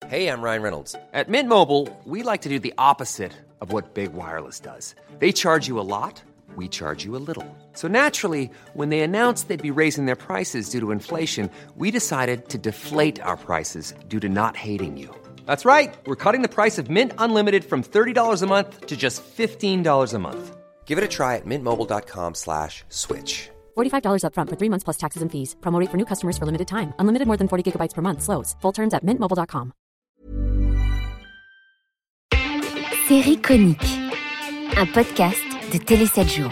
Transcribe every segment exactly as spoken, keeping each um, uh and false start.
Hey, I'm Ryan Reynolds. At Mint Mobile, we like to do the opposite of what Big Wireless does. They charge you a lot, we charge you a little. So naturally, when they announced they'd be raising their prices due to inflation, we decided to deflate our prices due to not hating you. That's right. We're cutting the price of Mint Unlimited from thirty dollars a month to just fifteen dollars a month. Give it a try at mintmobile.com slash switch. forty-five dollars up front for three months plus taxes and fees. Promo rate for new customers for limited time. Unlimited more than forty gigabytes per month. Slows full terms at mint mobile dot com. Série Conique, un podcast de Télé sept jours.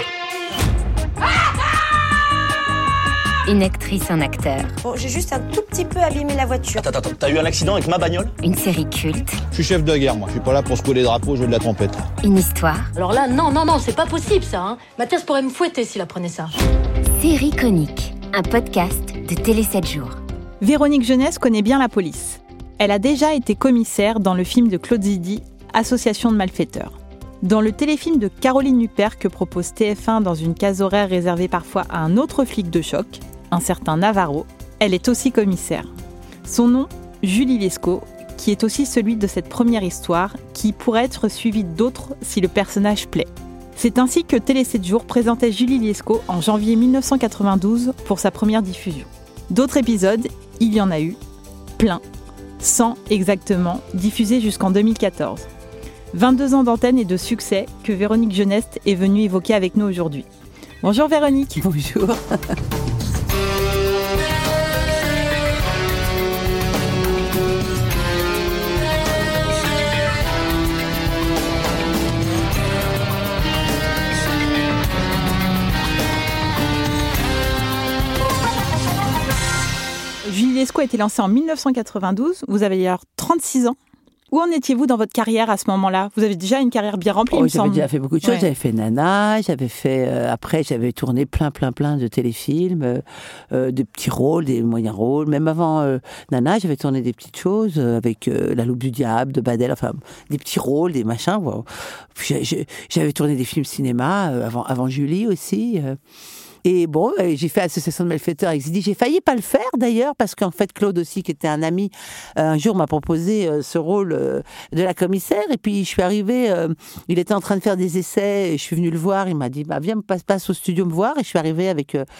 Une actrice, un acteur. Bon, j'ai juste un tout petit peu abîmé la voiture. Attends, attends, t'as eu un accident avec ma bagnole ? Une série culte. Je suis chef de guerre, moi. Je suis pas là pour secouer les drapeaux, jouer de la trompette. Une histoire. Alors là, non, non, non, c'est pas possible ça. Hein. Mathias pourrait me fouetter s'il apprenait ça. Série Conique, un podcast de Télé sept jours. Véronique Jeunesse connaît bien la police. Elle a déjà été commissaire dans le film de Claude Zidi, Association de malfaiteurs. Dans le téléfilm de Caroline Huppert que propose T F un dans une case horaire réservée parfois à un autre flic de choc, un certain Navarro, elle est aussi commissaire. Son nom, Julie Lescaut, qui est aussi celui de cette première histoire, qui pourrait être suivie d'autres si le personnage plaît. C'est ainsi que Télé sept jours présentait Julie Lescaut en janvier dix-neuf cent quatre-vingt-douze pour sa première diffusion. D'autres épisodes, il y en a eu, plein, cent exactement, diffusés jusqu'en deux mille quatorze. vingt-deux ans d'antenne et de succès que Véronique Jeunesse est venue évoquer avec nous aujourd'hui. Bonjour Véronique. Bonjour. Julie Lescaut a été lancée en dix-neuf cent quatre-vingt-douze. Vous avez d'ailleurs trente-six ans. Où en étiez-vous dans votre carrière à ce moment-là ? Vous avez déjà une carrière bien remplie, oh, il me J'avais semble. déjà fait beaucoup de choses. Ouais. J'avais fait Nana, j'avais fait... Euh, après, j'avais tourné plein, plein, plein de téléfilms, euh, euh, de petits rôles, des moyens rôles. Même avant euh, Nana, j'avais tourné des petites choses euh, avec euh, La Loupe du Diable, de Badel, enfin, des petits rôles, des machins. Wow. Puis, j'ai, j'avais tourné des films cinéma euh, avant, avant Julie aussi. Euh. Et bon, j'ai fait Association de malfaiteurs avec Zidi. J'ai failli pas le faire d'ailleurs, parce qu'en fait, Claude aussi, qui était un ami, un jour m'a proposé ce rôle de la commissaire. Et puis, je suis arrivée, euh, il était en train de faire des essais, et je suis venue le voir. Il m'a dit, bah, viens, passe, passe au studio me voir. Et je suis arrivée avec... Euh,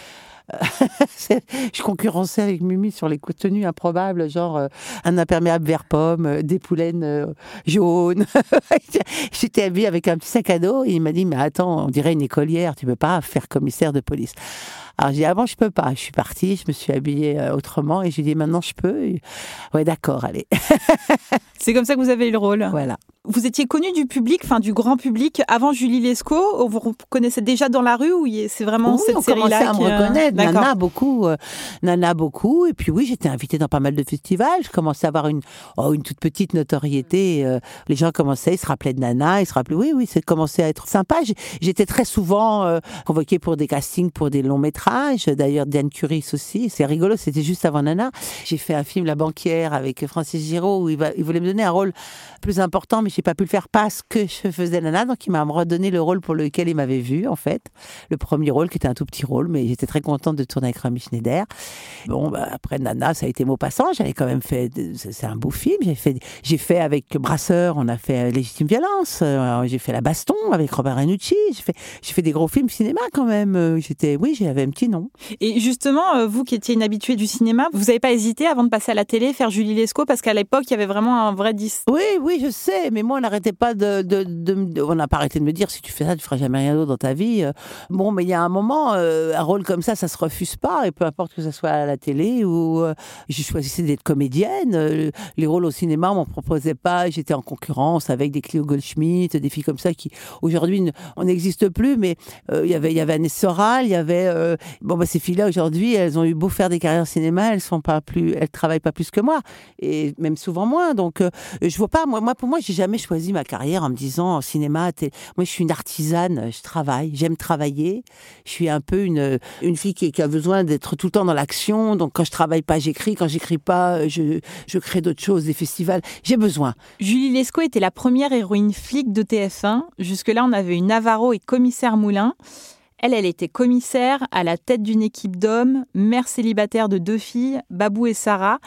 je concurrençais avec Mimi sur les tenues improbables, genre euh, un imperméable vert pomme, euh, des poulaines euh, jaunes. J'étais habillée avec un petit sac à dos et il m'a dit, mais attends, on dirait une écolière, tu peux pas faire commissaire de police. Alors j'ai dit, avant, je peux pas. Je suis partie, je me suis habillée euh, autrement et j'ai dit, maintenant, je peux. Et... Ouais, d'accord, allez. C'est comme ça que vous avez eu le rôle. Voilà. Vous étiez connue du public, enfin du grand public, avant Julie Lescaut. Vous vous connaissez déjà dans la rue ou c'est vraiment oui, cette on série-là commençait à qui... me reconnaître. D'accord. Nana beaucoup, euh, Nana beaucoup. Et puis oui, j'étais invitée dans pas mal de festivals. Je commençais à avoir une, oh, une toute petite notoriété. Euh, les gens commençaient, ils se rappelaient de Nana, ils se rappelaient. Oui, oui, ça commençait à être sympa. J'étais très souvent euh, convoquée pour des castings, pour des longs métrages. D'ailleurs, Diane Curis aussi. C'est rigolo. C'était juste avant Nana. J'ai fait un film La Banquière avec Francis Giraud où il, va, il voulait me donner un rôle plus important, mais j'ai pas pu le faire parce que je faisais Nana, donc il m'a redonné le rôle pour lequel il m'avait vu, en fait. Le premier rôle, qui était un tout petit rôle, mais j'étais très contente de tourner avec Rami Schneider. Bon, bah, après Nana, ça a été mot passant. J'avais quand même fait, c'est un beau film. J'ai fait, j'ai fait avec Brasseur, on a fait Légitime Violence. J'ai fait La Baston avec Robert Renucci. J'ai fait, j'ai fait des gros films cinéma quand même. J'étais, oui, j'avais un petit nom. Et justement, vous qui étiez une habituée du cinéma, vous n'avez pas hésité avant de passer à la télé, faire Julie Lescaut, parce qu'à l'époque, il y avait vraiment un vrai dix. Oui, oui, je sais, mais moi, on n'arrêtait pas de, de, de, de on n'a pas arrêté de me dire, si tu fais ça, tu feras jamais rien d'autre dans ta vie. Bon, mais il y a un moment, euh, un rôle comme ça, ça se refuse pas, et peu importe que ça soit à la télé ou euh, j'ai choisi d'être comédienne. Euh, les rôles au cinéma, on m'en proposait pas. J'étais en concurrence avec des Cléo Goldschmidt, des filles comme ça qui aujourd'hui on n'existe plus, mais il euh, y avait, il y avait Agnès Soral, il y avait euh, bon bah ces filles-là aujourd'hui, elles ont eu beau faire des carrières au cinéma, elles sont pas plus, elles travaillent pas plus que moi, et même souvent moins. Donc euh, je vois pas, moi, moi pour moi, j'ai jamais choisi ma carrière en me disant cinéma. T'es... Moi, je suis une artisane, je travaille, j'aime travailler. Je suis un peu une une fille qui, qui a besoin d'être tout le temps dans l'action. Donc quand je travaille pas, j'écris. Quand j'écris pas, je je crée d'autres choses, des festivals. J'ai besoin. Julie Lescaut était la première héroïne flic de T F un. Jusque-là, on avait eu Navarro et Commissaire Moulin. Elle, elle était commissaire à la tête d'une équipe d'hommes, mère célibataire de deux filles, Babou et Sarah.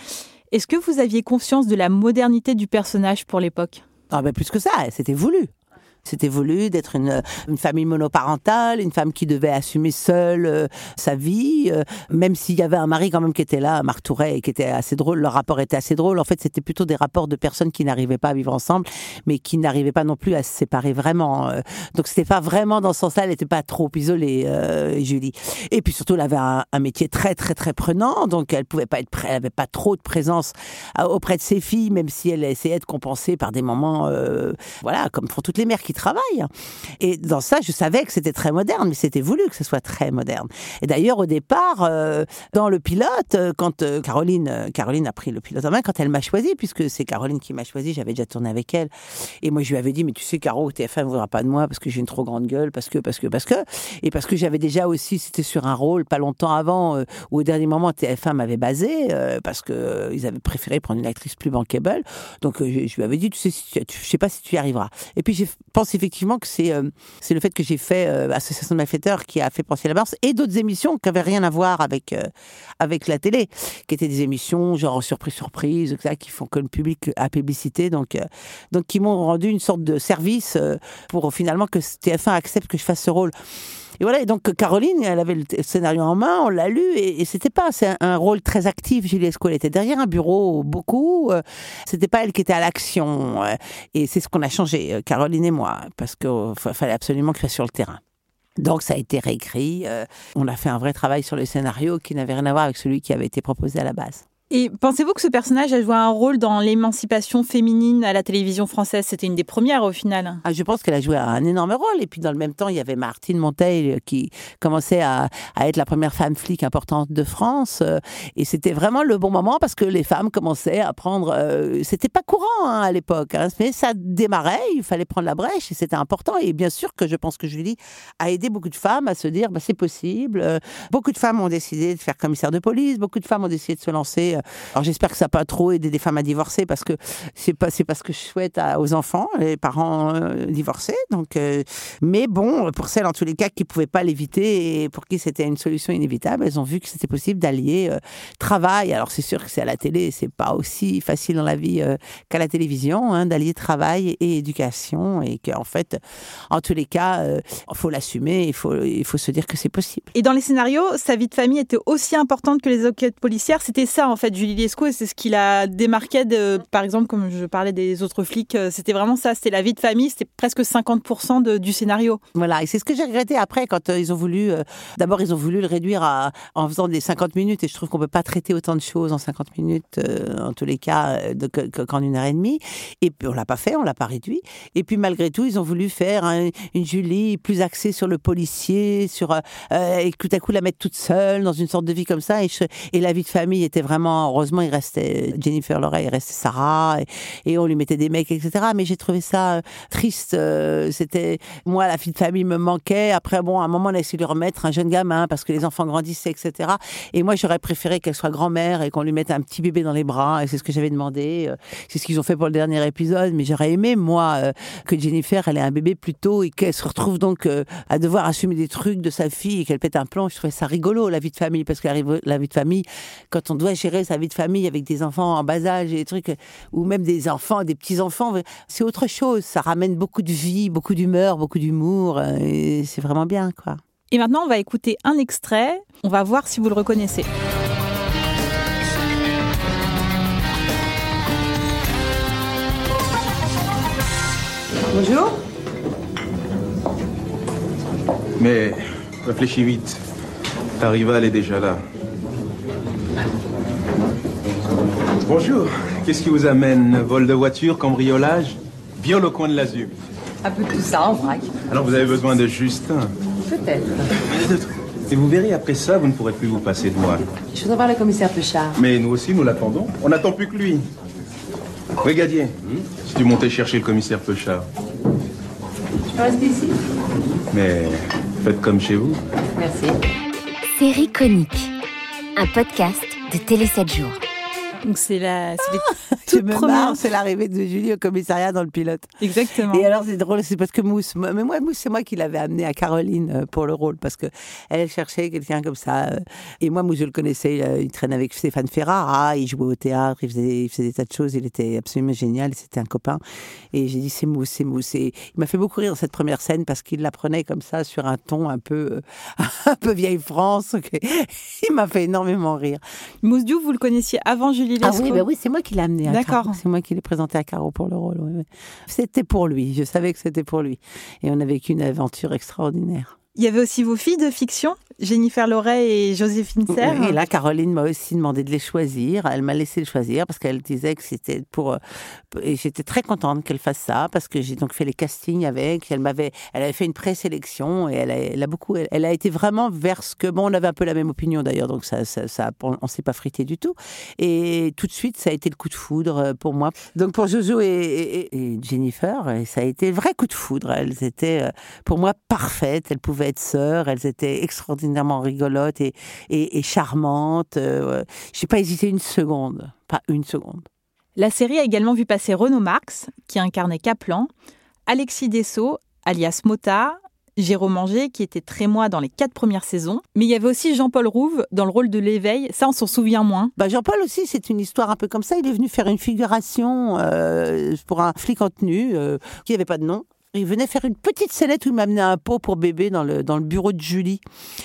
Est-ce que vous aviez conscience de la modernité du personnage pour l'époque ? Ah ben plus que ça, c'était voulu. C'était voulu d'être une, une famille monoparentale, une femme qui devait assumer seule euh, sa vie, euh, même s'il y avait un mari quand même qui était là, Marc Touret, et qui était assez drôle, leur rapport était assez drôle. En fait, c'était plutôt des rapports de personnes qui n'arrivaient pas à vivre ensemble, mais qui n'arrivaient pas non plus à se séparer vraiment. Euh, donc c'était pas vraiment dans ce sens-là, elle n'était pas trop isolée, euh, Julie. Et puis surtout, elle avait un, un métier très très très prenant, donc elle pouvait pas être, elle avait pas trop de présence auprès de ses filles, même si elle essayait de compenser par des moments, euh, voilà, comme font toutes les mères qui travail. Et dans ça, je savais que c'était très moderne, mais c'était voulu que ce soit très moderne. Et d'ailleurs, au départ, euh, dans le pilote, quand euh, Caroline, euh, Caroline a pris le pilote en main, quand elle m'a choisi, puisque c'est Caroline qui m'a choisi, j'avais déjà tourné avec elle. Et moi, je lui avais dit, mais tu sais, Caro, T F un ne voudra pas de moi parce que j'ai une trop grande gueule, parce que, parce que, parce que. Et parce que j'avais déjà aussi, c'était sur un rôle pas longtemps avant, euh, où au dernier moment, T F un m'avait basé, euh, parce qu'ils euh, avaient préféré prendre une actrice plus bankable. Donc, euh, je, je lui avais dit, tu sais, si tu, tu, je sais pas si tu y arriveras. Et puis, je pense effectivement que c'est euh, c'est le fait que j'ai fait euh, Association de malfaiteurs qui a fait penser la balance, et d'autres émissions qui n'avaient rien à voir avec euh, avec la télé, qui étaient des émissions genre surprise surprise, et cetera, qui font que le public a publicité, donc euh, donc qui m'ont rendu une sorte de service euh, pour finalement que T F un accepte que je fasse ce rôle. Et voilà, et donc Caroline, elle avait le scénario en main, on l'a lu, et, et c'était pas, c'est un, un rôle très actif. Julie Lescaut, elle était derrière un bureau, beaucoup. Euh, c'était pas elle qui était à l'action, euh, et c'est ce qu'on a changé, euh, Caroline et moi, parce qu'il euh, fallait absolument que je sois sur le terrain. Donc ça a été réécrit. Euh, on a fait un vrai travail sur le scénario qui n'avait rien à voir avec celui qui avait été proposé à la base. Et pensez-vous que ce personnage a joué un rôle dans l'émancipation féminine à la télévision française ? C'était une des premières au final. Ah, je pense qu'elle a joué un énorme rôle. Et puis dans le même temps, il y avait Martine Monteil qui commençait à, à être la première femme flic importante de France. Et c'était vraiment le bon moment parce que les femmes commençaient à prendre... Euh, c'était pas courant hein, à l'époque, hein, mais ça démarrait, il fallait prendre la brèche et c'était important. Et bien sûr que je pense que Julie a aidé beaucoup de femmes à se dire bah, c'est possible. Euh, beaucoup de femmes ont décidé de faire commissaire de police, beaucoup de femmes ont décidé de se lancer... Alors j'espère que ça n'a pas trop aidé des femmes à divorcer parce que c'est pas c'est pas ce que je souhaite à, aux enfants, les parents euh, divorcés. Donc, euh, mais bon, pour celles en tous les cas qui pouvaient pas l'éviter et pour qui c'était une solution inévitable, elles ont vu que c'était possible d'allier euh, travail. Alors c'est sûr que c'est à la télé, c'est pas aussi facile dans la vie euh, qu'à la télévision, hein, d'allier travail et éducation et qu'en fait, en tous les cas, il euh, faut l'assumer, il faut il faut se dire que c'est possible. Et dans les scénarios, sa vie de famille était aussi importante que les enquêtes policières. C'était ça en fait. Julie Lescaut, et c'est ce qui la démarquait, de, par exemple, comme je parlais des autres flics, c'était vraiment ça, c'était la vie de famille, c'était presque cinquante pour cent de, du scénario. Voilà, et c'est ce que j'ai regretté après, quand euh, ils ont voulu, euh, d'abord ils ont voulu le réduire à, en faisant des cinquante minutes, et je trouve qu'on ne peut pas traiter autant de choses en cinquante minutes, euh, en tous les cas, de, que, que, qu'en une heure et demie, et puis on ne l'a pas fait, on ne l'a pas réduit, et puis malgré tout, ils ont voulu faire hein, une Julie plus axée sur le policier, sur, euh, et tout à coup la mettre toute seule, dans une sorte de vie comme ça, et, je, et la vie de famille était vraiment... Heureusement, il restait Jennifer Loret, il restait Sarah, et, et on lui mettait des mecs, et cetera. Mais j'ai trouvé ça euh, triste. Euh, c'était moi, la fille de famille me manquait. Après, bon, à un moment, on a essayé de lui remettre un jeune gamin parce que les enfants grandissaient, et cetera. Et moi, j'aurais préféré qu'elle soit grand-mère et qu'on lui mette un petit bébé dans les bras. Et c'est ce que j'avais demandé. C'est ce qu'ils ont fait pour le dernier épisode. Mais j'aurais aimé, moi, euh, que Jennifer, elle ait un bébé plus tôt et qu'elle se retrouve donc euh, à devoir assumer des trucs de sa fille et qu'elle pète un plomb. Je trouvais ça rigolo, la vie de famille, parce que la vie de famille, quand on doit gérer sa vie de famille avec des enfants en bas âge et des trucs, ou même des enfants, des petits-enfants, c'est autre chose. Ça ramène beaucoup de vie, beaucoup d'humeur, beaucoup d'humour, et c'est vraiment bien, quoi. Et maintenant, on va écouter un extrait. On va voir si vous le reconnaissez. Bonjour. Mais réfléchis vite. Ta rivale est déjà là. Bonjour. Qu'est-ce qui vous amène? Vol de voiture, cambriolage, viol au coin de l'Azur? Un peu tout ça en vrac. Alors vous avez besoin de Justin? Peut-être. Et vous verrez, après ça, vous ne pourrez plus vous passer de moi. Je voudrais voir le commissaire Peuchard. Mais nous aussi, nous l'attendons. On n'attend plus que lui. Brigadier, hmm? Si tu montais chercher le commissaire Peuchard. Je peux rester ici? Mais faites comme chez vous. Merci. Série Conique, un podcast de Télé sept jours. Donc c'est la, c'est les, toute je me première. marre, c'est l'arrivée de Julie au commissariat dans le pilote. Exactement. Et alors, c'est drôle, c'est parce que Mousse, moi, mais moi, Mousse, c'est moi qui l'avais amenée à Caroline euh, pour le rôle, parce que elle cherchait quelqu'un comme ça. euh, Et moi, Mousse, je le connaissais, euh, il traînait avec Stéphane Ferrara, il jouait au théâtre, il faisait, il faisait des tas de choses, il était absolument génial, c'était un copain. Et j'ai dit, c'est Mousse, c'est Mousse. Et il m'a fait beaucoup rire cette première scène, parce qu'il la prenait comme ça, sur un ton un peu, euh, un peu vieille France. Il m'a fait énormément rire. Mousse Diouf, vous le connaissiez avant Julie Lescaut? Ah oui, bah oui, c'est moi qui l'ai amené à D'accord. Caro. C'est moi qui l'ai présenté à Caro pour le rôle. Oui, oui. C'était pour lui, je savais que c'était pour lui. Et on a vécu une aventure extraordinaire. Il y avait aussi vos filles de fiction, Jennifer Loret et Joséphine Serre. Et là, Caroline m'a aussi demandé de les choisir. Elle m'a laissé le choisir parce qu'elle disait que c'était pour... Et j'étais très contente qu'elle fasse ça parce que j'ai donc fait les castings avec. Elle m'avait, elle avait fait une présélection et elle a, elle a beaucoup... Elle, elle a été vraiment vers ce que... Bon, on avait un peu la même opinion d'ailleurs, donc ça, ça, ça on ne s'est pas frité du tout. Et tout de suite, ça a été le coup de foudre pour moi. Donc pour Jojo et, et, et Jennifer, ça a été le vrai coup de foudre. Elles étaient, pour moi, parfaites. Elles pouvaient être sœurs. Elles étaient extraordinairement rigolotes et, et, et charmantes. Euh, je n'ai pas hésité une seconde. Pas une seconde. La série a également vu passer Renaud Marx, qui incarnait Kaplan, Alexis Dessau, alias Mota, Jérôme Anger, qui était Trémois dans les quatre premières saisons. Mais il y avait aussi Jean-Paul Rouve dans le rôle de l'Éveil. Ça, on s'en souvient moins. Bah Jean-Paul aussi, c'est une histoire un peu comme ça. Il est venu faire une figuration euh, pour un flic en tenue euh, qui n'avait pas de nom. Il venait faire une petite scénette où il m'amenait un pot pour bébé dans le, dans le bureau de Julie.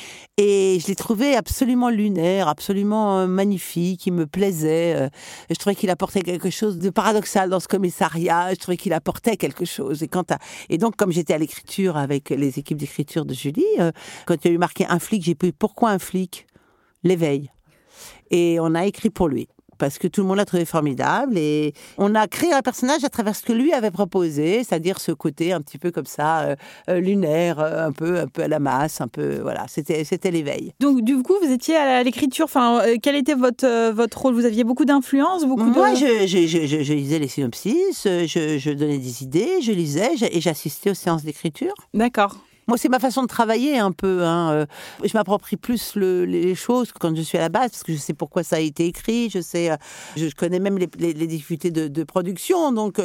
Et je l'ai trouvé absolument lunaire, absolument euh, magnifique, il me plaisait. Euh, je trouvais qu'il apportait quelque chose de paradoxal dans ce commissariat. Je trouvais qu'il apportait quelque chose. Et, quand et donc, comme j'étais à l'écriture avec les équipes d'écriture de Julie, euh, quand il y a eu marqué un flic, j'ai pu pourquoi un flic? L'Éveil. Et on a écrit pour lui. Parce que tout le monde l'a trouvé formidable et on a créé un personnage à travers ce que lui avait proposé, c'est-à-dire ce côté un petit peu comme ça, euh, euh, lunaire, euh, un peu, un peu à la masse, un peu, voilà, c'était, c'était l'Éveil. Donc du coup, vous étiez à l'écriture. Enfin, euh, quel était votre euh, votre rôle? Vous aviez beaucoup d'influence, beaucoup Moi, de... je, je, je, je, je lisais les synopsis, je, je donnais des idées, je lisais et j'assistais aux séances d'écriture. D'accord. Moi, c'est ma façon de travailler un peu. Hein. Je m'approprie plus le, les choses quand je suis à la base, parce que je sais pourquoi ça a été écrit, je sais, je connais même les, les, les difficultés de, de production. Donc.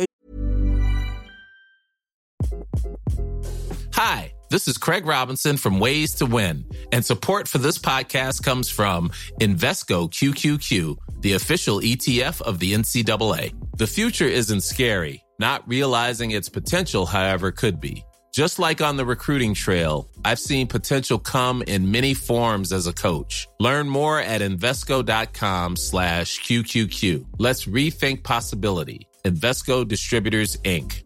Hi, this is Craig Robinson from Ways to Win, and support for this podcast comes from Invesco Q Q Q, the official E T F of the N C double A. The future isn't scary. Not realizing its potential, however, could be. Just like on the recruiting trail, I've seen potential come in many forms as a coach. Learn more at Invesco.com slash QQQ. Let's rethink possibility. Invesco Distributors, Incorporated.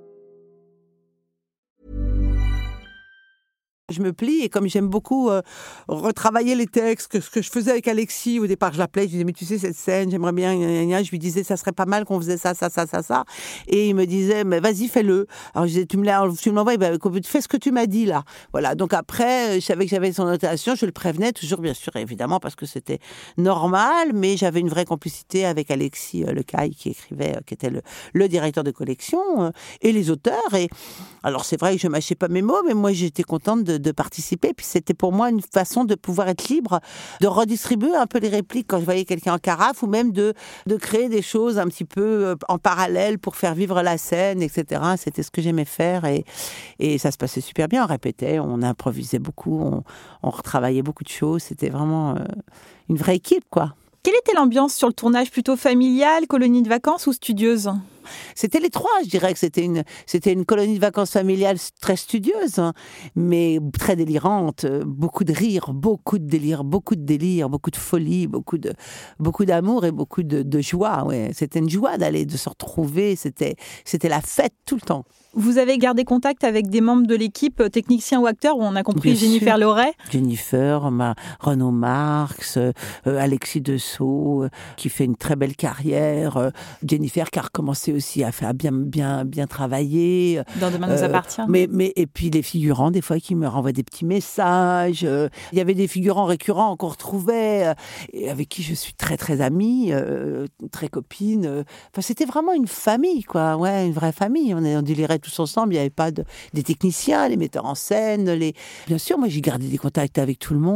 Je me plie et comme j'aime beaucoup euh, retravailler les textes, que ce que je faisais avec Alexis, au départ je l'appelais, je disais mais tu sais cette scène, j'aimerais bien, gna, gna, gna. Je lui disais ça serait pas mal qu'on faisait ça, ça, ça, ça, ça, et il me disait mais vas-y fais-le. Alors je disais tu me l'as, tu me l'envoies, ben, fais ce que tu m'as dit là. Voilà, donc après je savais que j'avais son notation, je le prévenais toujours bien sûr évidemment parce que c'était normal, mais j'avais une vraie complicité avec Alexis euh, Lecaille qui écrivait, euh, qui était le, le directeur de collection euh, et les auteurs. Et alors c'est vrai que je mâchais pas mes mots, mais moi j'étais contente de de participer, puis c'était pour moi une façon de pouvoir être libre, de redistribuer un peu les répliques quand je voyais quelqu'un en carafe, ou même de, de créer des choses un petit peu en parallèle pour faire vivre la scène, et cetera. C'était ce que j'aimais faire, et, et ça se passait super bien, on répétait, on improvisait beaucoup, on, on retravaillait beaucoup de choses, c'était vraiment euh, une vraie équipe, quoi. Quelle était l'ambiance sur le tournage? Plutôt familiale, colonie de vacances ou studieuse? C'était les trois, je dirais que c'était une, c'était une colonie de vacances familiale très studieuse, hein, mais très délirante, beaucoup de rire, beaucoup de délire, beaucoup de délire, beaucoup de folie, beaucoup de, beaucoup d'amour et beaucoup de, de joie. Ouais. C'était une joie d'aller, de se retrouver, c'était, c'était la fête tout le temps. Vous avez gardé contact avec des membres de l'équipe, techniciens ou acteurs, où on a compris Bien Jennifer sûr. Loret? Jennifer, ma, Renaud Marx, euh, Alexis Dessau, euh, qui fait une très belle carrière, euh, Jennifer qui a recommencé aussi à faire bien, bien, bien travailler. Dans Demain nous euh, appartient. Mais, mais, et puis les figurants, des fois, qui me renvoient des petits messages. Euh, il y avait des figurants récurrents qu'on retrouvait, euh, et avec qui je suis très, très amie, euh, très copine. Euh. Enfin, c'était vraiment une famille, quoi. Ouais, une vraie famille. On, est, on délirait tous ensemble, il n'y avait pas de, des techniciens, les metteurs en scène, les... Bien sûr, moi j'ai gardé des contacts avec tout le monde.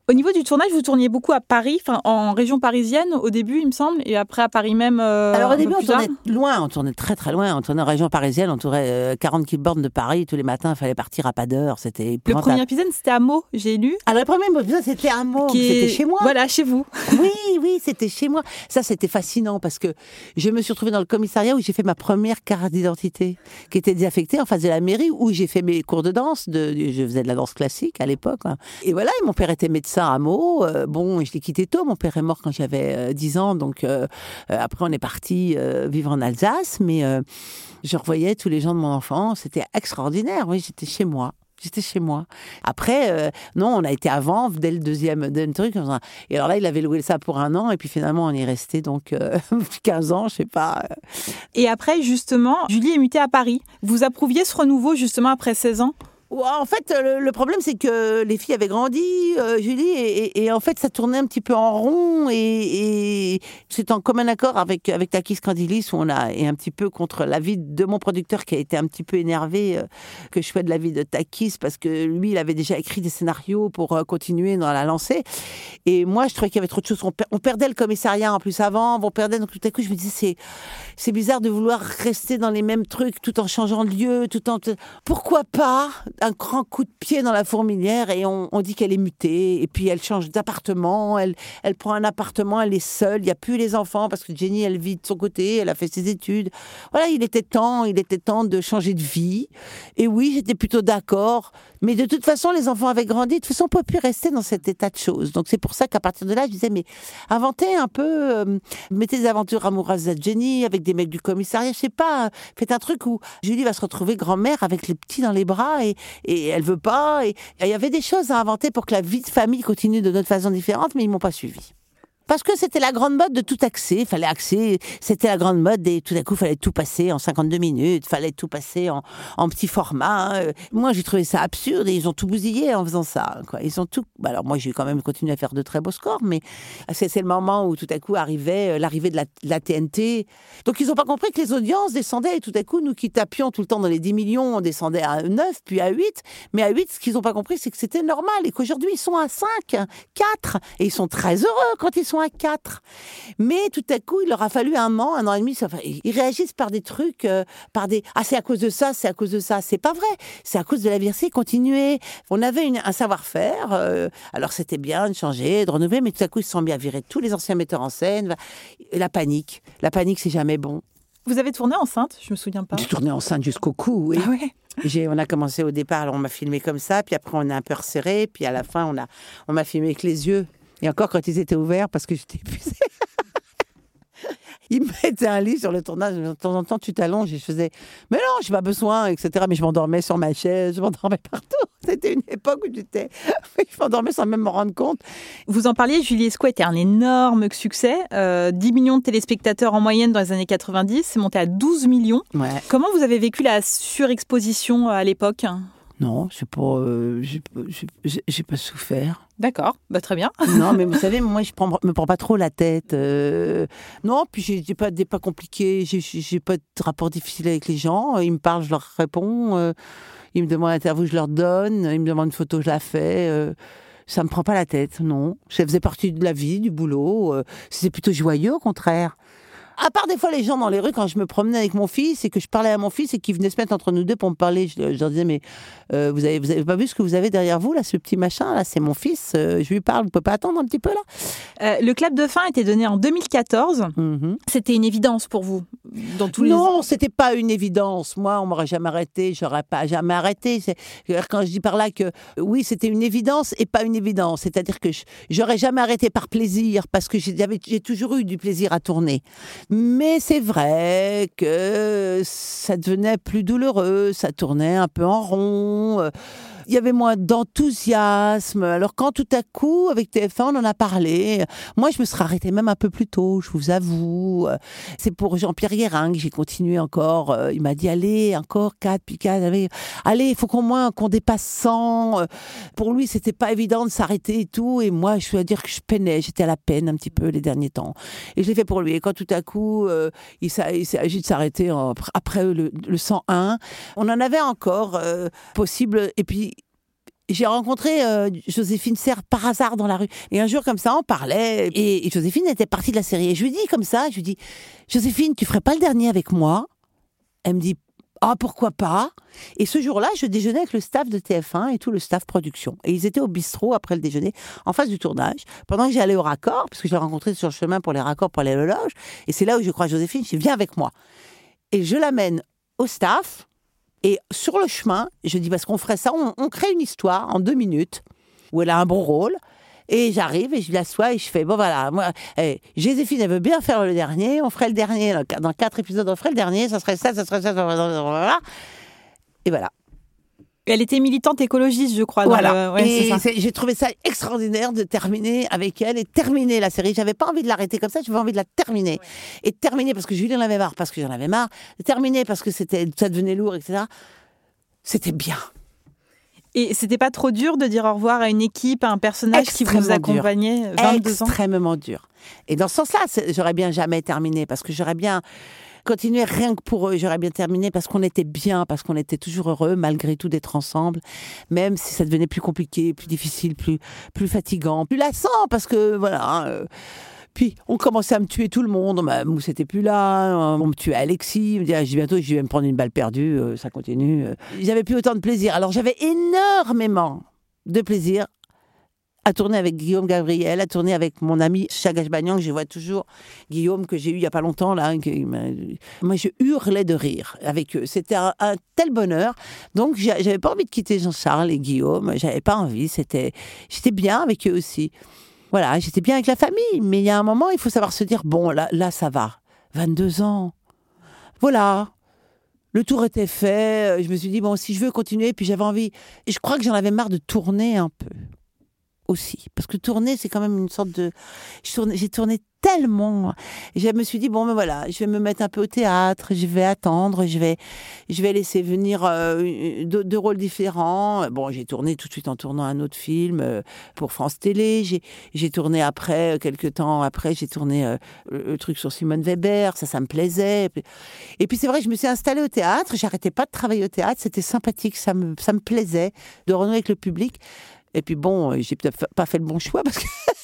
Au niveau du tournage, vous tourniez beaucoup à Paris, enfin en région parisienne au début, il me semble, et après à Paris même. Euh, Alors au début, on tard. tournait loin, on tournait très très loin. On tournait en région parisienne, on tournait euh, quarante kilomètres de Paris tous les matins. Il fallait partir à pas d'heure. C'était le premier épisode, c'était à Meaux, j'ai lu. Alors le premier épisode, c'était à Meaux, est... c'était chez moi. Voilà, chez vous. Oui, oui, c'était chez moi. Ça, c'était fascinant parce que je me suis retrouvée dans le commissariat où j'ai fait ma première carte d'identité, qui était désaffectée en face de la mairie, où j'ai fait mes cours de danse. De, je faisais de la danse classique à l'époque. Hein. Et voilà, et mon père était médecin à Meaux. Euh, bon, je l'ai quitté tôt. Mon père est mort quand j'avais euh, dix ans. Donc, euh, euh, après, on est parti euh, vivre en Alsace. Mais euh, je revoyais tous les gens de mon enfance. C'était extraordinaire. Oui, j'étais chez moi. J'étais chez moi. Après, euh, non, on a été avant, dès le deuxième, deuxième truc. Et alors là, il avait loué ça pour un an. Et puis finalement, on y est resté donc euh, quinze ans, je sais pas. Et après, justement, Julie est mutée à Paris. Vous approuviez ce renouveau, justement, après seize ans ? En fait, le, le problème, c'est que les filles avaient grandi, euh, Julie, et, et, et en fait, ça tournait un petit peu en rond, et, et c'est en commun accord avec, avec Takis Candilis, où on a, et un petit peu contre l'avis de mon producteur, qui a été un petit peu énervé euh, que je sois de l'avis de Takis, parce que lui, il avait déjà écrit des scénarios pour euh, continuer dans la lancée. Et moi, je trouvais qu'il y avait trop de choses. On, per- on perdait le commissariat en plus avant, on perdait, donc tout à coup, je me disais, c'est, c'est bizarre de vouloir rester dans les mêmes trucs, tout en changeant de lieu, tout en... Pourquoi pas un grand coup de pied dans la fourmilière et on, on dit qu'elle est mutée et puis elle change d'appartement, elle, elle prend un appartement, elle est seule, il n'y a plus les enfants parce que Jenny, elle vit de son côté, elle a fait ses études. Voilà, il était temps, il était temps de changer de vie. Et oui, j'étais plutôt d'accord, mais de toute façon, les enfants avaient grandi, de toute façon, on ne peut plus rester dans cet état de choses. Donc c'est pour ça qu'à partir de là, je disais, mais inventez un peu, euh, mettez des aventures amoureuses à Jenny avec des mecs du commissariat, je sais pas, faites un truc où Julie va se retrouver grand-mère avec les petits dans les bras et et elle veut pas. Et il y avait des choses à inventer pour que la vie de famille continue de notre façon différente, mais ils m'ont pas suivi. Parce que c'était la grande mode de tout axer, fallait axer, c'était la grande mode et tout à coup, fallait tout passer en cinquante-deux minutes, fallait tout passer en, en petit format. Hein. Moi, j'ai trouvé ça absurde et ils ont tout bousillé en faisant ça. Quoi. Ils ont tout... Alors moi, j'ai quand même continué à faire de très beaux scores, mais c'est, c'est le moment où tout à coup arrivait l'arrivée de la, de la T N T. Donc, ils n'ont pas compris que les audiences descendaient et tout à coup, nous qui tapions tout le temps dans les dix millions, on descendait à neuf, puis à huit. Mais à huit, ce qu'ils n'ont pas compris, c'est que c'était normal et qu'aujourd'hui, ils sont à cinq, quatre. Et ils sont très heureux quand ils sont à quatre. Mais tout à coup, il leur a fallu un an, un an et demi. Enfin, ils réagissent par des trucs, euh, par des « Ah, c'est à cause de ça, c'est à cause de ça ». C'est pas vrai. C'est à cause de la diversité. Continuer. On avait une, un savoir-faire. Euh, alors, c'était bien de changer, de renouveler. Mais tout à coup, ils se sont mis à virer tous les anciens metteurs en scène. La panique. La panique, c'est jamais bon. Vous avez tourné enceinte, je me souviens pas. J'ai tourné enceinte jusqu'au cou, oui. Ah ouais. J'ai, on a commencé au départ, alors on m'a filmé comme ça, puis après on a un peu resserré, puis à la fin on a, on m'a filmé avec les yeux. Et encore quand ils étaient ouverts, parce que j'étais épuisée. Ils me mettaient un lit sur le tournage, de temps en temps tu t'allonges et je faisais « Mais non, j'ai pas besoin », et cetera. Mais je m'endormais sur ma chaise, je m'endormais partout. C'était une époque où j'étais... je m'endormais sans même me rendre compte. Vous en parliez, Julie Esco était un énorme succès. Euh, dix millions de téléspectateurs en moyenne dans les années quatre-vingt-dix, c'est monté à douze millions. Ouais. Comment vous avez vécu la surexposition à l'époque ? Non, j'ai pas, euh, j'ai, j'ai, j'ai pas souffert. D'accord, bah très bien. Non, mais vous savez, moi, je prends, me prends pas trop la tête. Euh, non, puis j'ai, j'ai pas des pas compliqués, j'ai, j'ai pas de rapport difficile avec les gens. Ils me parlent, je leur réponds. Euh, ils me demandent une interview, je leur donne. Ils me demandent une photo, je la fais. Euh, ça me prend pas la tête, non. Ça faisait partie de la vie, du boulot. Euh, c'était plutôt joyeux, au contraire. À part des fois les gens dans les rues, quand je me promenais avec mon fils et que je parlais à mon fils et qu'il venait se mettre entre nous deux pour me parler, je, je leur disais, mais euh, vous, avez, vous avez pas vu ce que vous avez derrière vous, là, ce petit machin, là, c'est mon fils, euh, je lui parle, vous pouvez pas attendre un petit peu, là euh, Le clap de fin a été donné en deux mille quatorze. Mm-hmm. C'était une évidence pour vous dans tous les... Non, c'était pas une évidence. Moi, on m'aurait jamais arrêté, j'aurais pas jamais arrêté. C'est... Quand je dis par là que, oui, c'était une évidence et pas une évidence. C'est-à-dire que je, j'aurais jamais arrêté par plaisir, parce que j'ai, j'ai toujours eu du plaisir à tourner. Mais c'est vrai que ça devenait plus douloureux, ça tournait un peu en rond, il y avait moins d'enthousiasme. Alors quand tout à coup, avec T F un, on en a parlé, moi je me serais arrêtée même un peu plus tôt, je vous avoue. C'est pour Jean-Pierre Guérin que j'ai continué encore. Il m'a dit, allez, encore quatre, puis quatre, allez, il faut qu'au moins qu'on dépasse cent. Pour lui, c'était pas évident de s'arrêter et tout. Et moi, je dois dire que je peinais, j'étais à la peine un petit peu les derniers temps. Et je l'ai fait pour lui. Et quand tout à coup, euh, il, il s'est agi de s'arrêter en, après le, le cent un, on en avait encore euh, possible. Et puis, j'ai rencontré euh, Joséphine Serre par hasard dans la rue. Et un jour, comme ça, on parlait. Et, et Joséphine était partie de la série. Et je lui dis comme ça, je lui dis, Joséphine, tu ferais pas le dernier avec moi? Elle me dit, ah, pourquoi pas? Et ce jour-là, je déjeunais avec le staff de T F un et tout le staff production. Et ils étaient au bistrot après le déjeuner, en face du tournage, pendant que j'allais au raccord, parce que je l'ai rencontré sur le chemin pour les raccords, pour aller à la loge. Et c'est là où je crois Joséphine, je dis, viens avec moi. Et je l'amène au staff. Et sur le chemin, je dis, parce qu'on ferait ça, on, on crée une histoire en deux minutes, où elle a un bon rôle. Et j'arrive et je l'assois et je fais, bon voilà, moi, eh, Joséphine, elle veut bien faire le dernier, on ferait le dernier, dans quatre épisodes, on ferait le dernier, ça serait ça, ça serait ça, voilà. Et voilà. Elle était militante écologiste, je crois. Voilà. Le... Ouais, et c'est ça. C'est, j'ai trouvé ça extraordinaire de terminer avec elle et terminer la série. J'avais pas envie de l'arrêter comme ça, j'avais envie de la terminer. Ouais. Et terminer parce que Julien en avait marre, parce que j'en avais marre. Terminer parce que c'était, ça devenait lourd, et cetera. C'était bien. Et c'était pas trop dur de dire au revoir à une équipe, à un personnage Extrêmement qui vous accompagnait vingt-deux ans? Extrêmement dur. Et dans ce sens-là, c'est, j'aurais bien jamais terminé, parce que j'aurais bien continué rien que pour eux. J'aurais bien terminé parce qu'on était bien, parce qu'on était toujours heureux, malgré tout, d'être ensemble, même si ça devenait plus compliqué, plus difficile, plus, plus fatigant, plus lassant, parce que, voilà... Euh, Puis, on commençait à me tuer tout le monde. Mousse n'était plus là. On me tuait Alexis. Il me disait, ah, bientôt, je vais me prendre une balle perdue. Euh, ça continue. J'avais plus autant de plaisir. Alors, j'avais énormément de plaisir à tourner avec Guillaume Gabriel, à tourner avec mon ami Chagache Bagnan, que je vois toujours. Guillaume, que j'ai eu il n'y a pas longtemps, là. Qui, moi, je hurlais de rire avec eux. C'était un, un tel bonheur. Donc, j'avais pas envie de quitter Jean-Charles et Guillaume. J'avais pas envie. C'était, j'étais bien avec eux aussi. Voilà, j'étais bien avec la famille, mais il y a un moment, il faut savoir se dire, bon, là, là ça va, vingt-deux ans, voilà, le tour était fait, je me suis dit, bon, si je veux continuer, puis j'avais envie, et je crois que j'en avais marre de tourner un peu, aussi, parce que tourner, c'est quand même une sorte de... Je tournais, j'ai tourné tellement, et je me suis dit, bon, ben voilà, je vais me mettre un peu au théâtre, je vais attendre, je vais, je vais laisser venir euh, deux, deux rôles différents. Bon, j'ai tourné tout de suite en tournant un autre film euh, pour France Télé, j'ai, j'ai tourné après, quelques temps après, j'ai tourné euh, le truc sur Simone Weber, ça, ça me plaisait. Et puis, et puis c'est vrai, je me suis installée au théâtre, j'arrêtais pas de travailler au théâtre, c'était sympathique, ça me, ça me plaisait de renouer avec le public. Et puis bon, j'ai peut-être pas fait le bon choix parce que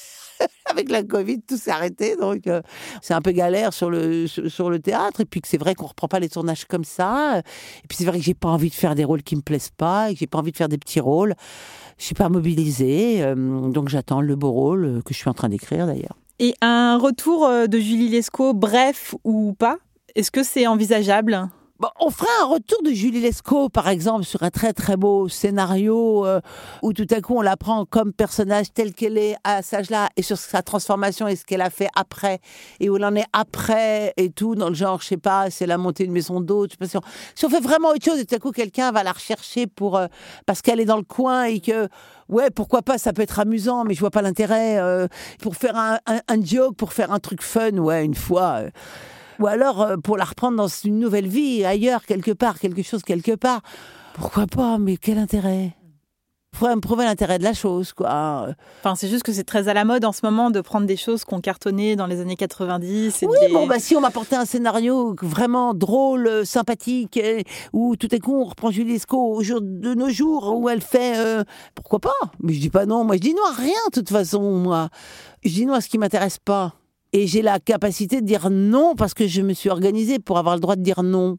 avec la Covid, tout s'est arrêté, donc euh, c'est un peu galère sur le, sur, sur le théâtre. Et puis que c'est vrai qu'on reprend pas les tournages comme ça. Et puis c'est vrai que j'ai pas envie de faire des rôles qui me plaisent pas, et que j'ai pas envie de faire des petits rôles. Je suis pas mobilisée, euh, donc j'attends le beau rôle que je suis en train d'écrire d'ailleurs. Et un retour de Julie Lescaut, bref ou pas, est-ce que c'est envisageable ? Bon, on ferait un retour de Julie Lescaut, par exemple, sur un très très beau scénario euh, où tout à coup on la prend comme personnage tel qu'elle est à cet âge-là et sur sa transformation et ce qu'elle a fait après et où elle en est après et tout, dans le genre, je sais pas, c'est la montée de maison d'hôte, je sais pas si on, si on fait vraiment autre chose et tout à coup quelqu'un va la rechercher pour, euh, parce qu'elle est dans le coin et que, ouais, pourquoi pas, ça peut être amusant, mais je vois pas l'intérêt euh, pour faire un, un, un joke, pour faire un truc fun, ouais, une fois... Euh, Ou alors, euh, pour la reprendre dans une nouvelle vie, ailleurs, quelque part, quelque chose quelque part. Pourquoi pas, mais quel intérêt ? Il faudrait me prouver l'intérêt de la chose, quoi. Enfin, c'est juste que c'est très à la mode en ce moment de prendre des choses qu'on cartonnait dans les années quatre-vingt-dix. Et oui, les... bon, bah si on m'apportait un scénario vraiment drôle, sympathique, et, où tout est con, on reprend Julie Lescaut au jour de nos jours, où elle fait... Euh, pourquoi pas ? Mais je dis pas non. Moi, je dis non à rien, de toute façon, moi. Je dis non à ce qui m'intéresse pas. Et j'ai la capacité de dire non parce que je me suis organisée pour avoir le droit de dire non.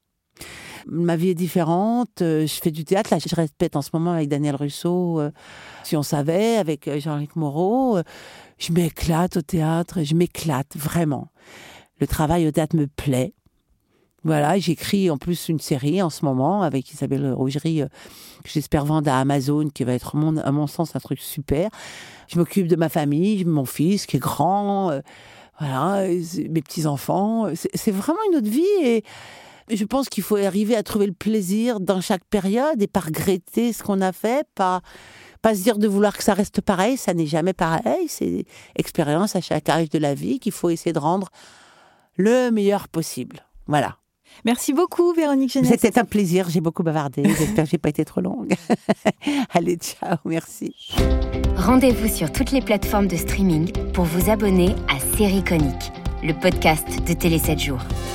Ma vie est différente. Je fais du théâtre. Là, je répète en ce moment avec Daniel Russo. Euh, si on savait, avec Jean-Luc Moreau. Euh, je m'éclate au théâtre. Je m'éclate, vraiment. Le travail au théâtre me plaît. Voilà, j'écris en plus une série en ce moment avec Isabelle Rougerie, euh, que j'espère vendre à Amazon, qui va être, mon, à mon sens, un truc super. Je m'occupe de ma famille, mon fils qui est grand, euh, voilà, mes petits-enfants. C'est, c'est vraiment une autre vie et je pense qu'il faut arriver à trouver le plaisir dans chaque période et pas regretter ce qu'on a fait, pas, pas se dire de vouloir que ça reste pareil, ça n'est jamais pareil. C'est expérience à chaque âge de la vie qu'il faut essayer de rendre le meilleur possible. Voilà. Merci beaucoup, Véronique Jeunesse. C'était un plaisir, j'ai beaucoup bavardé. J'espère que j'ai pas été trop longue. Allez, ciao, merci. Rendez-vous sur toutes les plateformes de streaming pour vous abonner à Série Conique, le podcast de Télé sept jours.